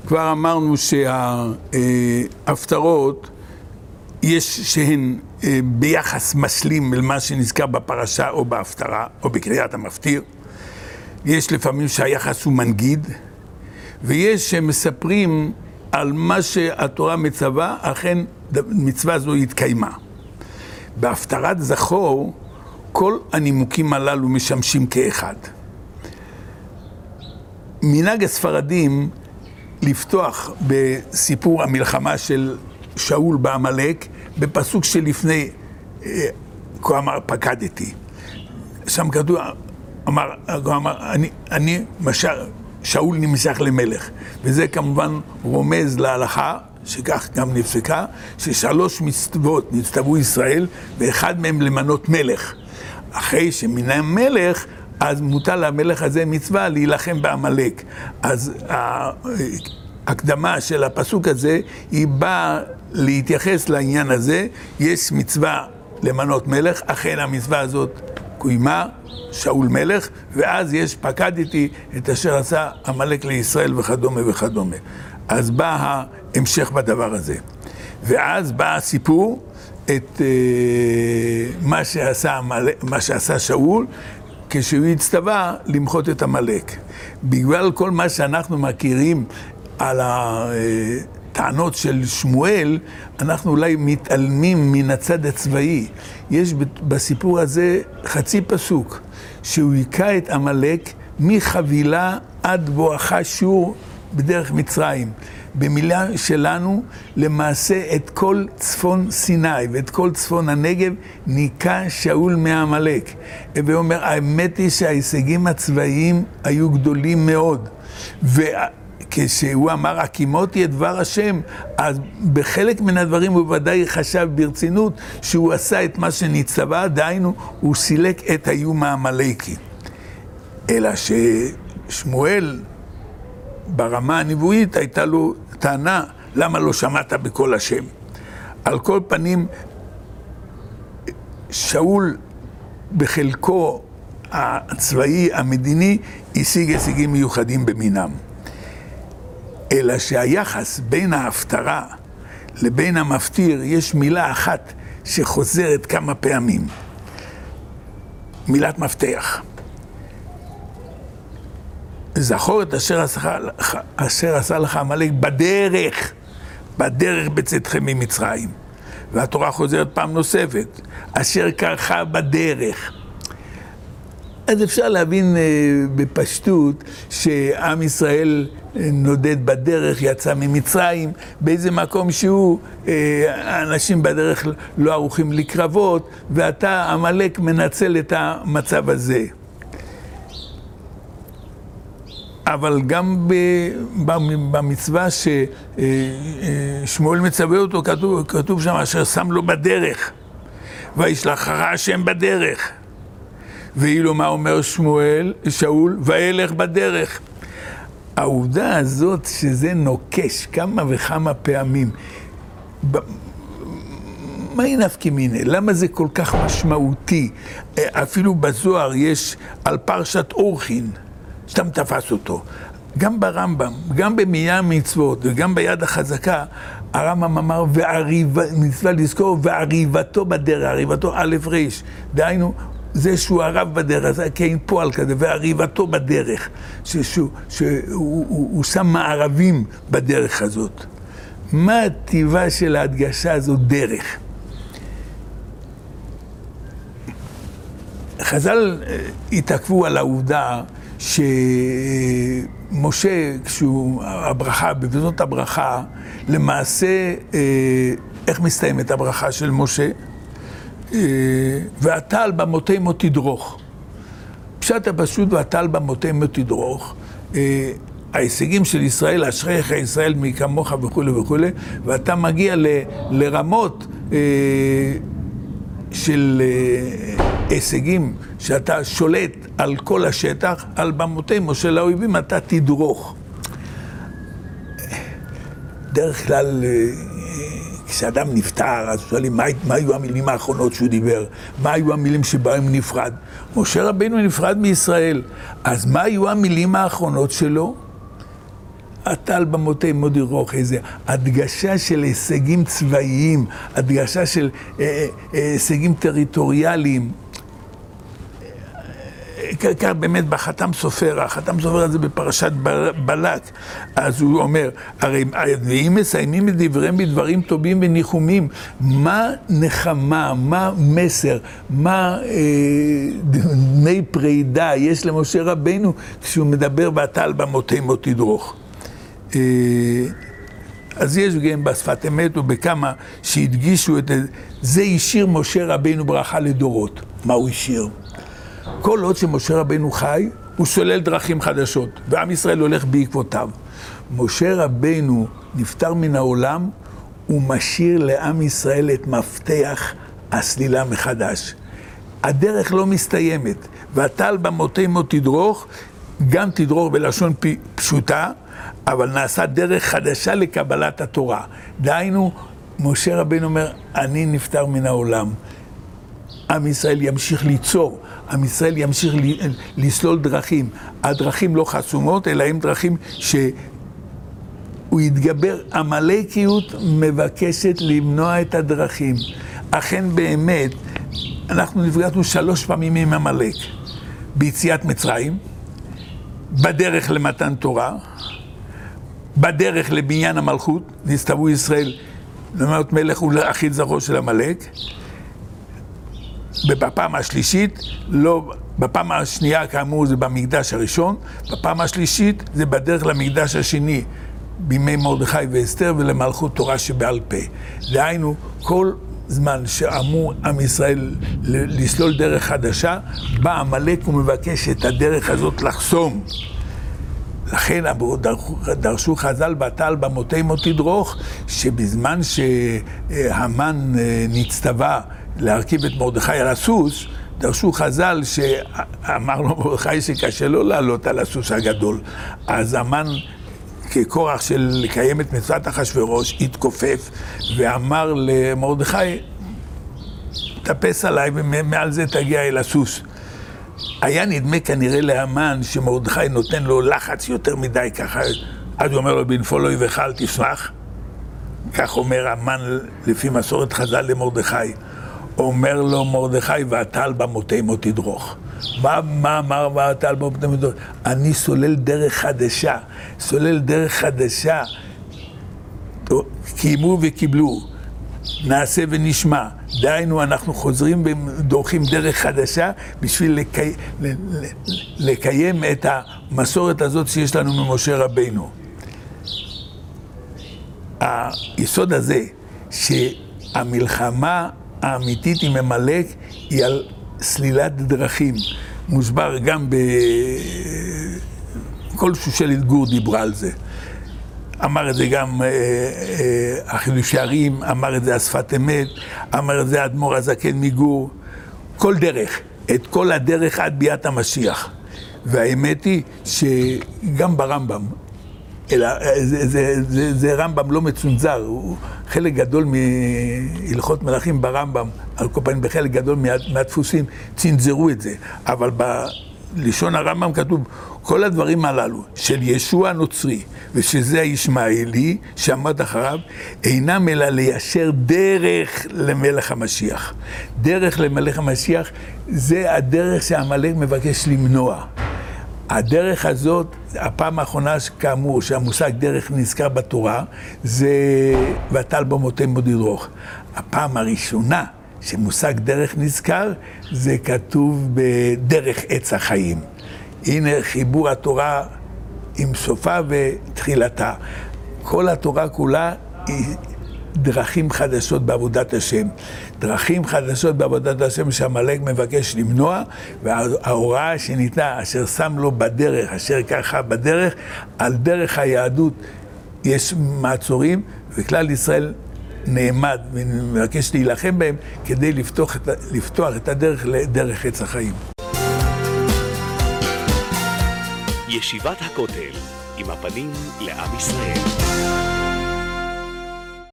כבר אמרנו שההפטרות יש שהן ביחס משלים למה שנזכר בפרשה או בהפטרה או בקריאת המפטיר. יש לפעמים שהיחס הוא מנגיד, ויש שמספרים על מה שהתורה מצווה, אכן מצווה זו התקיימה. בהפטרת זכור, כל הנימוקים הללו משמשים כאחד. מנהג הספרדים לפתוח בסיפור המלחמה של שאול בעמלק, בפסוק שלפני, כה אמר פקדתי. שם כתוב, אמר, שאול נמשך למלך, וזה כמובן רומז להלכה, שכך גם נפסקה, ששלוש מצוות נצטוו ישראל, ואחד מהם למנות מלך. אחרי שמינה מלך, אז מוטל למלך הזה מצווה להילחם בעמלק. אז ההקדמה של הפסוק הזה, היא באה להתייחס לעניין הזה. יש מצווה למנות מלך, אכן המצווה הזאת קוימה, שאול מלך, ואז יש פקדתי את אשר עשה עמלק לישראל וכדומה וכדומה. אז בא ההמשך בדבר הזה. ואז בא הסיפור את מה שעשה שאול, כשהוא הצטווה למחות את עמלק. בגלל כל מה שאנחנו מכירים על הטענות של שמואל, אנחנו אולי מתעלמים מן הצד הצבאי. יש בסיפור הזה חצי פסוק, שהוא היכה את עמלק מחבילה עד בואכה שור בדרך מצרים. במילה שלנו, למעשה את כל צפון סיני ואת כל צפון הנגב ניקה שאול מעמלק. ואומר, האמת היא שההישגים הצבאיים היו גדולים מאוד. וכשהוא אמר, הקימותי את דבר השם, אז בחלק מן הדברים הוא ודאי חשב ברצינות שהוא עשה את מה שנצטווה, דהיינו, הוא סילק את האיום העמלקי. אלא ששמואל, ברמה הנבואית, הייתה לו טענה, למה לא שמעת בקול השם? על כל פנים, שאול בחלקו הצבאי המדיני השיג הישגים מיוחדים במינם. אלא שהיחס בין ההפטרה לבין המפטיר, יש מילה אחת שחוזרת כמה פעמים. מילת מפתח. זכור את אשר עשה לך עמלק בדרך בצאתכם ממצרים. והתורה חוזרת פעם נוספת, אשר קרחה בדרך. אז אפשר להבין בפשטות שעם ישראל נודד בדרך, יצא ממצרים, באיזה מקום שהוא, האנשים בדרך לא ערוכים לקרבות, ואתה עמלק מנצל את המצב הזה. אבל גם במצווה ששמואל מצווה אותו, כתוב שם אשר שם לו בדרך, וישלחך השם בדרך. ואילו מה אומר שאול? וילך בדרך. העובדה הזאת שזה נוקש כמה וכמה פעמים, מה היא נפקא מינה? למה זה כל כך משמעותי? אפילו בזוהר יש על פרשת אורחין, שאתה תפס אותו. גם ברמב"ם, גם במניין המצוות וגם ביד החזקה, הרמב"ם אמר, מצווה לזכור, ועריבתו בדרך, עריבתו א' ר', דהיינו, זה שהוא ערב בדרך, זה כן פועל כזה, ועריבתו בדרך, שהוא שם מערבים בדרך הזאת. מה הטבעה של ההדגשה הזאת? דרך. חז"ל התעכבו על העובדה שמשה, כשהוא הברכה, בבזות הברכה, למעשה, איך מסתיימת הברכה של משה? ואתה על במותימו תדרוך. פשט הפשוט, ואתה על במותימו תדרוך. ההישגים של ישראל, אשריך ישראל מי כמוך וכו' וכו', ואתה מגיע לרמות של הישגים שאתה שולט על כל השטח, על במותימו של האויבים אתה תדרוך. דרך כלל כשאדם נפטר, אז שואלים, מה היו המילים האחרונות שהוא דיבר? מה היו המילים שבהם נפרד? משה רבינו נפרד מישראל, אז מה היו המילים האחרונות שלו? עטל במותי מודי רוח, איזה הדגשה של הישגים צבאיים, הדגשה של הישגים טריטוריאליים. כך באמת בחתם סופר, החתם סופר הזה בפרשת בלק, אז הוא אומר, הרי ואם מסיימים את דבריהם בדברים טובים וניחומים, מה נחמה, מה מסר, מה דמי פרידה יש למשה רבינו כשהוא מדבר ועטל במותי מות תדרוך. אז יש גם בשפת אמת ובכמה שהדגישו את זה, השאיר משה רבינו ברכה לדורות. מה הוא השאיר? כל עוד שמשה רבינו חי, הוא שולל דרכים חדשות, ועם ישראל הולך בעקבותיו. משה רבינו נפטר מן העולם, הוא משאיר לעם ישראל את מפתח הסלילה מחדש. הדרך לא מסתיימת, ועטל במותי מות תדרוך, גם תדרוך בלשון פשוטה, אבל נעשה דרך חדשה לקבלת התורה. דהיינו, משה רבינו אומר, אני נפטר מן העולם. עם ישראל ימשיך ליצור, עם ישראל ימשיך לסלול דרכים. הדרכים לא חסומות, אלא הם דרכים שהוא יתגבר. המלאקיות מבקשת למנוע את הדרכים. אכן באמת, אנחנו נפגשנו 3 פעמים עם המלאק. ביציאת מצרים, בדרך למתן תורה, בדרך לבניין המלכות, נסתוו ישראל למות מלך ולאחיד זרעו של המלאק. בפעם השלישית, לא, בפעם השנייה כאמור זה במקדש הראשון, בפעם השלישית זה בדרך למקדש השני, בימי מרדכי ואסתר ולמלכות תורה שבעל פה. דהיינו, כל זמן שאמור עם ישראל לסלול דרך חדשה, בא המלאק ומבקש את הדרך הזאת לחסום. לכן דרשו חז"ל ועטל במותי מות תדרוך, שבזמן שהמן נצטווה להרכיב את מרדכי על הסוס, דרשו חז"ל שאמר לו מרדכי שקשה לו לעלות על הסוס הגדול. אז המן, ככורח של לקיים את מצוות אחשוורוש, התכופף ואמר למרדכי, תפס עליי ומעל זה תגיע אל הסוס. היה נדמה כנראה להמן שמרדכי נותן לו לחץ יותר מדי ככה, אז הוא אומר לו בנפול אויבך אל תשמח. כך אומר המן לפי מסורת חז"ל למרדכי. אומר לו מרדכי ועטל במותי מות תדרוך. מה אמר ועטל במותי מות תדרוך? אני סולל דרך חדשה, סולל דרך חדשה. קיימו וקיבלו, נעשה ונשמע. דהיינו אנחנו חוזרים ודורכים דרך חדשה בשביל לקיים את המסורת הזאת שיש לנו ממשה רבינו. היסוד הזה שהמלחמה האמיתית עם עמלק היא על סלילת דרכים. מוסבר גם בכל שושלת גור דיברה על זה. אמר את זה גם החידושי ערים, אמר את זה השפת אמת, אמר את זה האדמו"ר הזקן מגור. כל דרך, את כל הדרך עד ביאת המשיח. והאמת היא שגם ברמב"ם, אלא זה רמב"ם לא מצונזר, הוא חלק גדול מהלכות מלכים ברמב"ם, על כל פנים בחלק גדול מהדפוסים צנזרו את זה, אבל בלשון הרמב"ם כתוב כל הדברים הללו של ישוע הנוצרי ושזה הישמעאלי שעמד אחריו אינם אלא ליישר דרך למלך המשיח. דרך למלך המשיח זה הדרך שהעמלק מבקש למנוע. הדרך הזאת, הפעם האחרונה כאמור שהמושג דרך נזכר בתורה, זה ועטל במותי מות תדרוך. הפעם הראשונה שמושג דרך נזכר, זה כתוב בדרך עץ החיים. הנה חיבור התורה עם סופה ותחילתה. כל התורה כולה היא דרכים חדשות בעבודת השם. דרכים חדשות בעבודת השם שהמלאק מבקש למנוע, וההוראה שניתנה, אשר שם לו בדרך, אשר ככה בדרך, על דרך היהדות יש מעצורים, וכלל ישראל נעמד ומבקש להילחם בהם כדי לפתוח את הדרך לדרך עץ החיים. ישיבת הכותל, עם הפנים לעם ישראל.